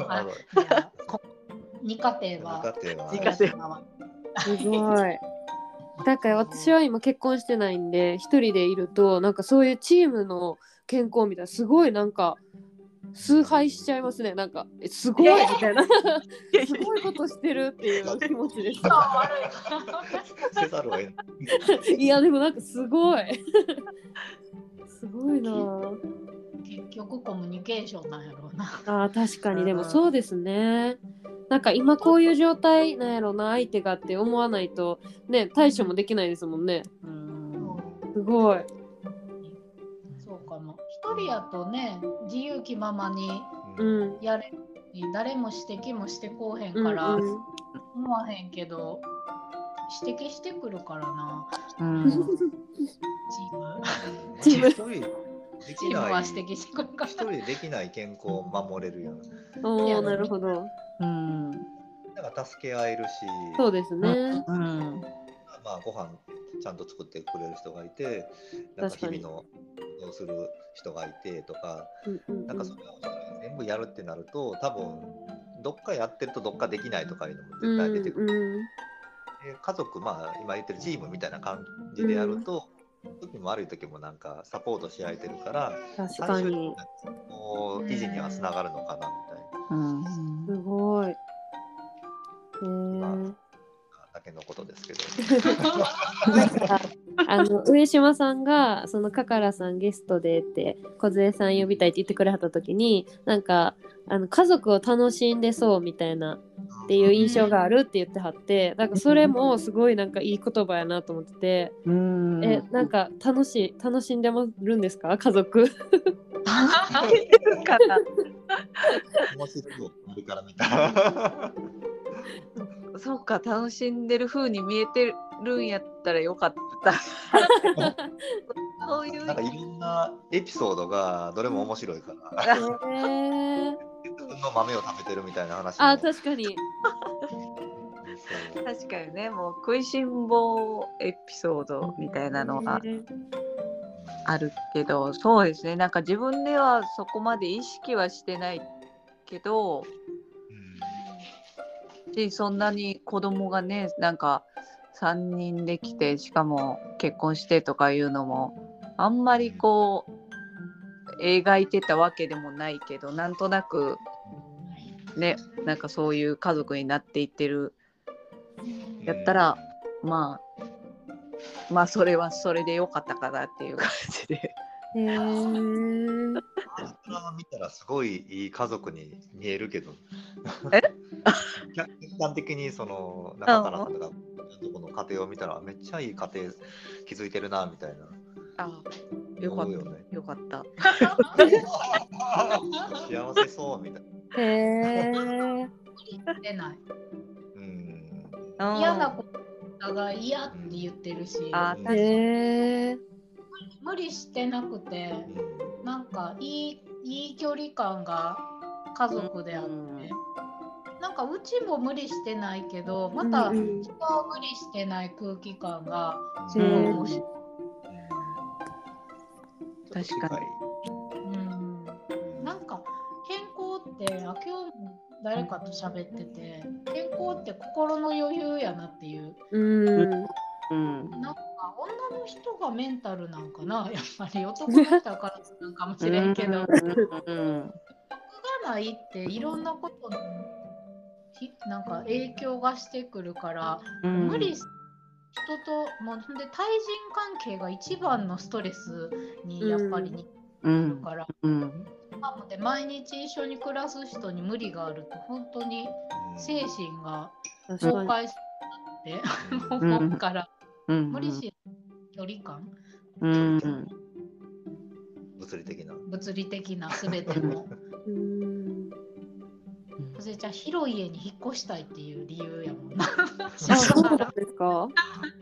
二家庭は。 二家庭は。 すごい。だから私は今結婚してないんで一人でいるとなんかそういうチームの健康みたいなすごいなんか崇拝しちゃいますね。なんかすごいみたいなすごいことしてるっていう気持ちです。 せざるを得ない。 いやでもなんかすごいすごいな。 結局コミュニケーションなんやろうな。 あ確かにでもそうですね。なんか今こういう状態なんやろうな相手がって思わないとね対処もできないですもんね。うん、すごい。 そうかも。一人やとね自由気ままにやれるに、うん、誰も指摘もしてこうへんから思わへんけど、うんうん、指摘してくるからな。うん、チームチームできない、一人でできない健康を守れるやん。 おー、なるほど。 うん。なんか助け合えるし。 そうですね。 うん。まあご飯ちゃんと作ってくれる人がいて、なんか日々のどうする人がいてとか、うんうんうん、なんかそれを全部やるってなると、多分どっかやってるとどっかできないとかいうのも絶対出てくる。うんうん、家族、まあ今言ってるチームみたいな感じでやると。うん時も悪い時もなんかサポートし合えてるから確かにこう維持にはつながるのかなみたいな、 うん、すごい、えー、まあだけのことですけどあの上島さんがそのカカラさんゲストでって梢さん呼びたいって言ってくれはった時になんかあの家族を楽しんでそうみたいなっていう印象があるって言ってはってなんかそれもすごいなんかいい言葉やなと思ってて、うん、えなんか楽しい楽しんでもるんですか家族楽しいから見たそうか楽しんでる風に見えてるんやったらよかったそういうなんかいろんなエピソードがどれも面白いから、えー、自分の豆を食べてるみたいな話もあ確かに確かにねもう食いしん坊エピソードみたいなのがあるけどそうですねなんか自分ではそこまで意識はしてないけど、うん、そんなに子供がねなんかさんにんできてしかも結婚してとかいうのもあんまりこう描いてたわけでもないけどなんとなくねなんかそういう家族になっていってるやったらまあまあそれはそれでよかったかなっていう感じで。へー見たらすごいいい家族に見えるけどえ客観的にその中からさんとかこの家庭を見たらめっちゃいい家庭築いてるなみたいな。 あよかった、ね、よかった幸せそうみたいな。 へー出ない、 うん、 嫌なことが嫌って言ってるし、うん、あへー無理してなくて、うん、なんかいい、いい距離感が家族であって、うん、なんかうちも無理してないけどまた人は無理してない空気感がすごい面白い、 うん、確かに、 うん、なんか健康ってあ今日も誰かと喋ってて健康って心の余裕やなっていう、 うんうん、 なんか女の人がメンタルなんかなやっぱり男の人はからなんかもしれんけど欲がないっていろんなことのなんか影響がしてくるから、うん、無理人ともうで対人関係が一番のストレスにやっぱり似てるから、うんうん、なので毎日一緒に暮らす人に無理があると本当に精神が崩壊するって思うから、うん、無理し距離感、 うん、 物理的な物理的な全ても、うん、 じゃあ広い家に引っ越したいっていう理由やもんな。 あ、そうなんですか。 はい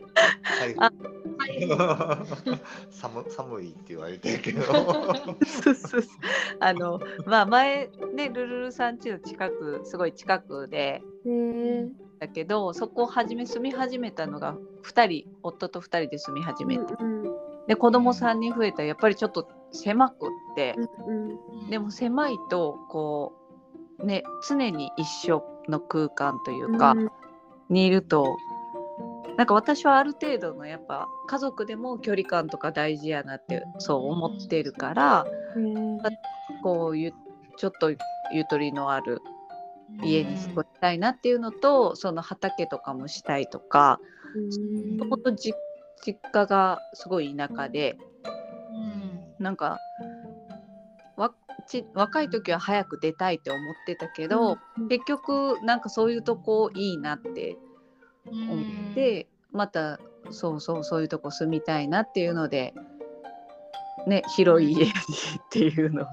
寒寒いって言われてるけどそうそうそうあのまあ前ねルルルさん家の近くすごい近くでだけど、そこを初め住み始めたのがふたり、夫とふたりで住み始めて、うんうん、で子供さんにん増えたらやっぱりちょっと狭くって、うんうん、でも狭いとこうね常に一緒の空間というか、うん、にいるとなんか私はある程度のやっぱ家族でも距離感とか大事やなってそう思ってるから、うん、こういうちょっとゆとりのある家に過ごしたいなっていうのと、その畑とかもしたいとか、もともと実家がすごい田舎で、うん、なんかわち若い時は早く出たいって思ってたけど、うん、結局なんかそういうとこいいなって思って、またそうそうそういうとこ住みたいなっていうのでね、広い家にっていうの。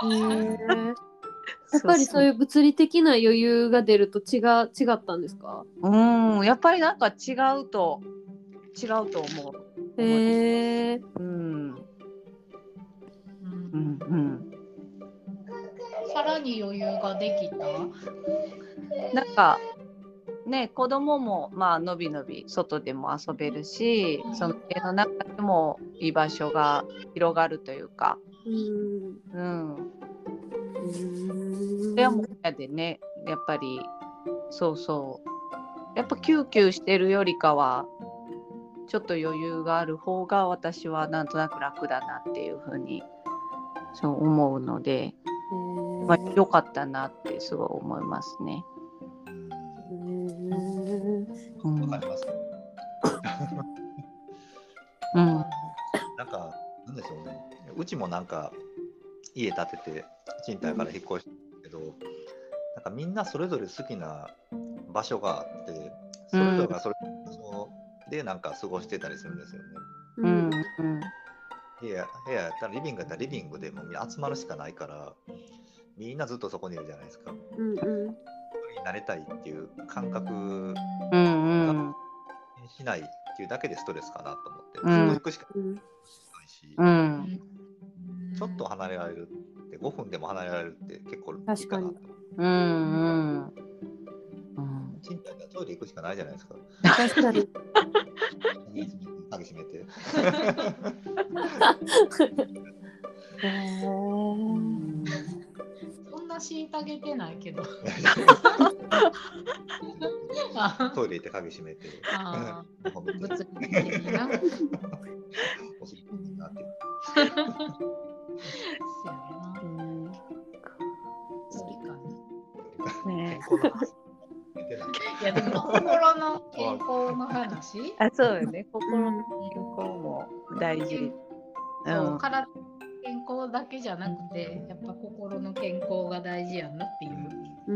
やっぱりそういう物理的な余裕が出ると違う違ったんですか？ うん、やっぱりなんか違うと違うと思う。へえ。うん。うんうん。 さらに余裕ができた。 なんかね、子供もまあのびのび外でも遊べるし、その家の中でも居場所が広がるというか。うん。うん。部屋も部屋でね、やっぱりそうそうやっぱキューキューしてるよりかはちょっと余裕がある方が私はなんとなく楽だなっていうふうにそう思うので、まあ、良かったなってすごい思いますね。 わかります。 うん。 なんかなんでしょうね。うちもなんか家建てて賃貸から引っ越したけど、うん、なんかみんなそれぞれ好きな場所があって、それぞれがそれぞれでなんか過ごしてたりするんですよね。うんうん、部屋、部屋やったらリビングやったらリビングでも集まるしかないから、みんなずっとそこにいるじゃないですか。うんうん、慣れたいっていう感覚がしないっていうだけでストレスかなと思って、うん、そこ行くしかないし、うん、ちょっと離れられるってごふんでも離れられるって結構いいかなと思って。うんうん賃貸でトイレ行くしかないじゃないですか。 確かに。 鍵閉めて。 そんな虐げてないけど。 トイレ行って鍵閉めて。 ああ、物理的にな。 お尻になって。 そうやな。好きかな。ね。いやでも心の健康の話あ、そうよね。心の健康も大事。 そう、うん、体健康だけじゃなくてやっぱ心の健康が大事やなっていう。うん、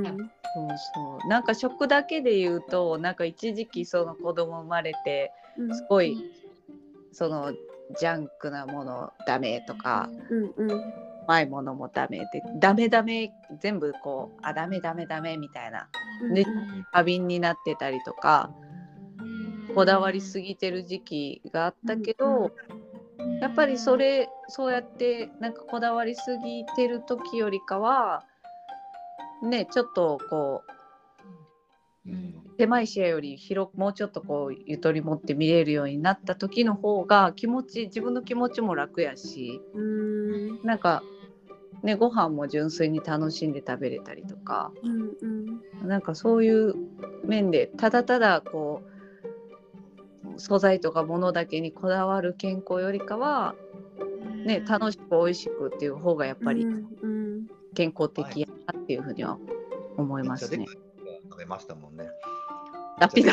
そうそう。なんか食だけで言うとなんか一時期その子供生まれてすごい、うん、そのジャンクなものダメとか、うんうん、甘いものもダメでダメダメ全部こうあダメダメダメみたいなで過敏になってたりとかこだわりすぎてる時期があったけど、やっぱりそれそうやってなんかこだわりすぎてる時よりかはねちょっとこう、うん、狭い視野より広くもうちょっとこうゆとり持って見れるようになった時の方が気持ち自分の気持ちも楽やし、うーんなんかね、ご飯も純粋に楽しんで食べれたりとか、うんうん、なんかそういう面でただただこう素材とか物だけにこだわる健康よりかは、ね、楽しく美味しくっていう方がやっぱり健康的やなっていうふうには思いますね。 食べましたもんね。 あ、ピザ。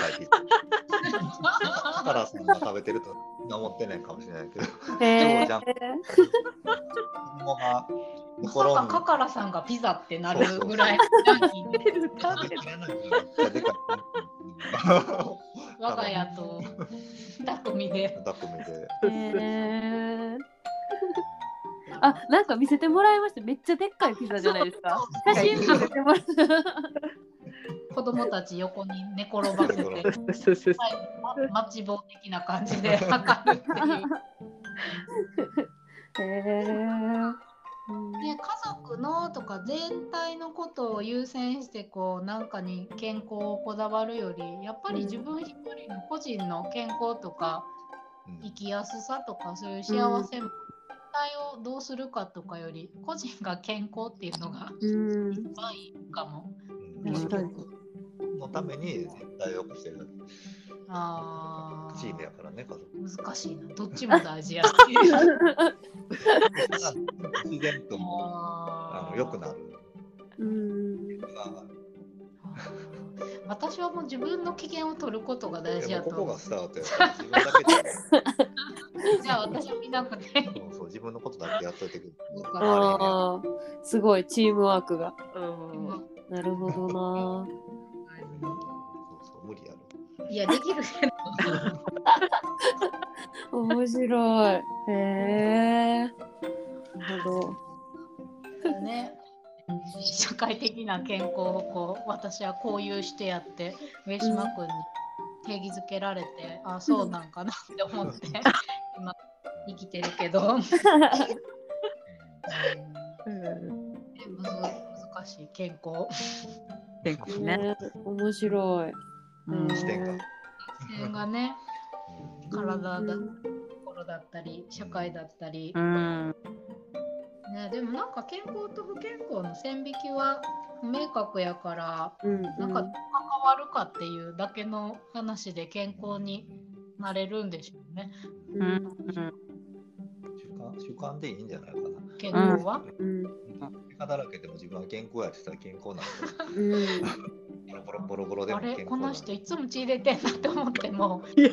カラさんが食べてると思ってないかもしれないけど。 へーまさかカカラさんがピザってなるぐらい我が家と二組で。 二組で。 へーなるあ、なんか見せてもらいました。めっちゃでっかいピザじゃないですか。写真見せてもらった。 子供たち横に寝転ばせて、はい、マッチ棒的な感じで測るっていう。 へー。 で、家族のとか全体のことを優先してこうなんかに健康をこだわるより、やっぱり自分一人の個人の健康とか、うん、生きやすさとかそういう幸せも全体をどうするかとかより個人が健康っていうのが一番いいかも。 結局のために全体を良くしてるだけ。 あチームやからね、家族。難しいな。どっちも大事やっていう。 自然ともあの良くなる。 うん。 私はもう自分の機嫌を取ることが大事やと。 ここがスタートやから自分だけで。 じゃあ私は見なくて。 そうそう、自分のことだけやっといてくる。 ああ、すごいチームワークが。うん、なるほどな。 そうそう、無理やろ。 いや、できるけど。面白い。へえ。なるほど。ね。社会的な健康をこう私はこういうしてやって上島君に定義づけられて、うん、あそうなんかなって思って今生きてるけど、うん、難しい健康健康ね、 面白い、 うん、視点が視点がね、体だ、うん、心だったり社会だったり、 うんね、でもなんか健康と不健康の線引きは不明確やから、うんうん、なんか関わるかっていうだけの話で健康になれるんでしょうね。 うんうん、習慣、習慣でいいんじゃないかな。 健康は、 うん、結果だらけでも自分は健康やって言ったら健康なんで、うん、ボロボロボロでも健康。 あれこの人いつも血入れてんなって思ってもいや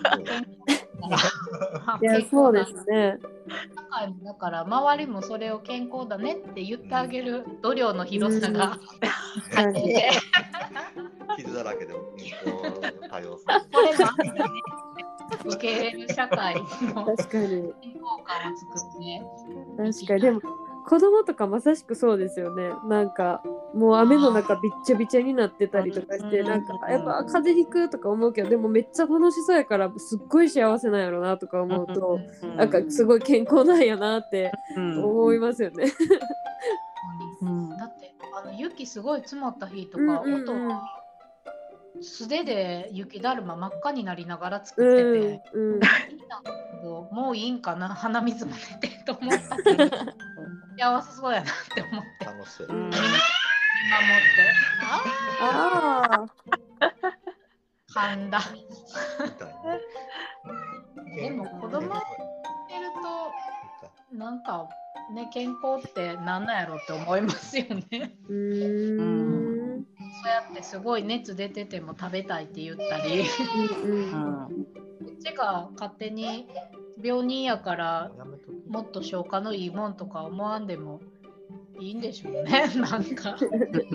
いやそうですね。 だから周りもそれを健康だねって言ってあげる度量の広さがあって、 傷だらけでも健康多様性。 これが受け入れる社会の確かに健康感を作って。 確かにでも子供とかまさしくそうですよね。なんかもう雨の中びっちゃびちゃになってたりとかして、なんかやっぱ風邪ひくとか思うけど、でもめっちゃ楽しそうやからすっごい幸せなんやろなとか思うと、なんかすごい健康なんやなって思いますよね。 うん、だってあの雪すごい積もった日とか、うんうんうん、音は素手で雪だるま真っ赤になりながら作ってて、うんうん、もういいんかな鼻水も出てと思ったけど幸せそうやなって思って楽しそう、 うん、見守ってああ噛んだでも子供見てるとなんかね健康ってなんなんやろって思いますよね。うーんそうやってすごい熱出てても食べたいって言ったりうん、こっちが勝手に病人やからもっと消化のいいもんとか思わんでもいいんでしょうね。なんか食べれ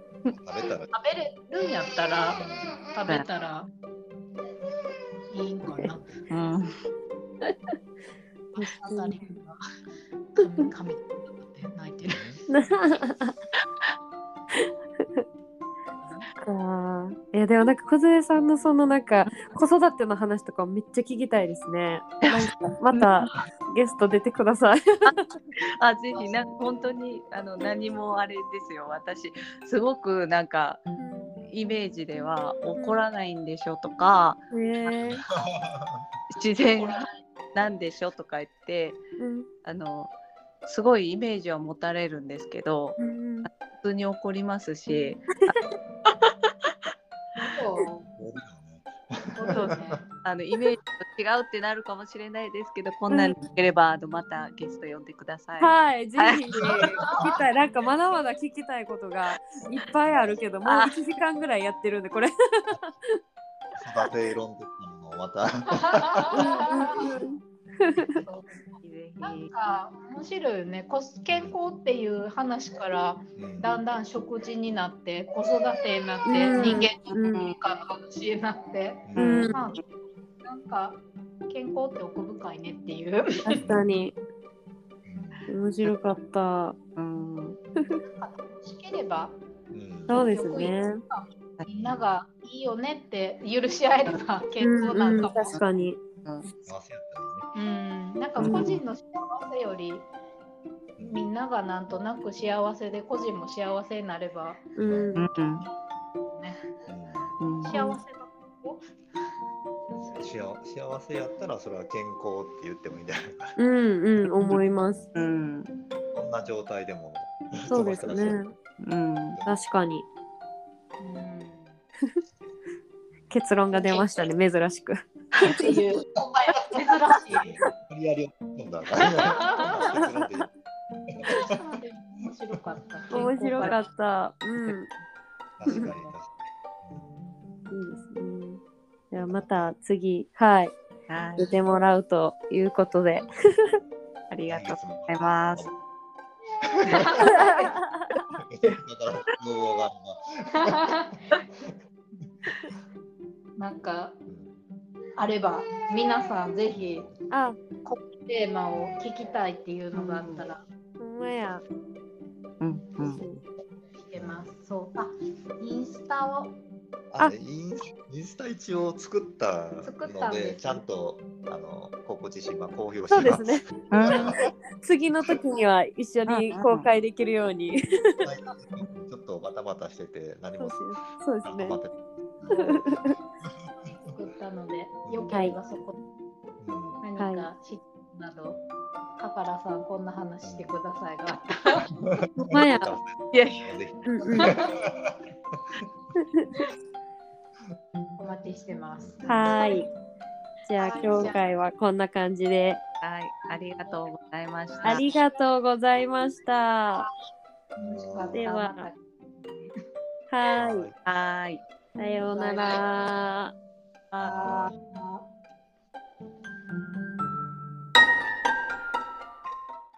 るんやったら食べたらいいんかな。うん。あたりが髪髪って泣いてる。 あいやでもなんか小杉さんのそのなんか子育ての話とかめっちゃ聞きたいですね。なんかまたゲスト出てください。 あ, あぜひなんか本当にあの何もあれですよ。私すごくなんかイメージでは怒らないんでしょとか、うん、自然なんでしょとか言って、うん、あのすごいイメージは持たれるんですけど、うん、普通に怒りますし。あのイメージと違うってなるかもしれないですけど、こんなに聞ければ、うん、あのまたゲスト呼んでください。 はいぜひ聞きたい。なんかまだまだ聞きたいことがいっぱいあるけど、もういちじかんぐらいやってるんでこれ。 育て論的にもまた。 なんか面白いよね。健康っていう話からだんだん食事になって子育てになって、うん、人間の文化の話になって、うんまあ、なんか健康って奥深いねっていう。 確かに面白かった。うん。 楽しければ、 うん、そうですね。 みんながいいよねって許し合えれば健康なんかも、 うんうん、確かに。 うん、なんか個人の幸せより、うん、みんながなんとなく幸せで個人も幸せになれば、うん、ね、うん、幸せだと幸せやったらそれは健康って言ってもいいんじゃないかな。 うんうん、思います。 うん、こんな状態でもそうですね。うん、確かに。うん、結論が出ましたね、珍しく。っていう、お前は珍しい。無理やり読んだ。面白かった。面白かった。うん。確かに確かに。いいですね。じゃあまた次、はい、はい、出てもらうということで。 ありがとうございます。 なんかあれば皆さんぜひあこのテーマを聞きたいっていうのがあったら、ほんまや、うんうん、聞けます。そう、あ、インスタをあインインスタ一応作ったので、ちゃんとあの告知しま公表します。 そうですね。次の時には一緒に公開できるように。ちょっとバタバタしてて何もそうですね。 作ったので、よければそこ、はい、何か質問など、カカラさんこんな話してくださいがあったら。まや。いやいや。お待ちしてます。 はい。じゃあ今回はこんな感じで。 はい、ありがとうございました。 ありがとうございました。では、はい。 はい。 さようなら。 あ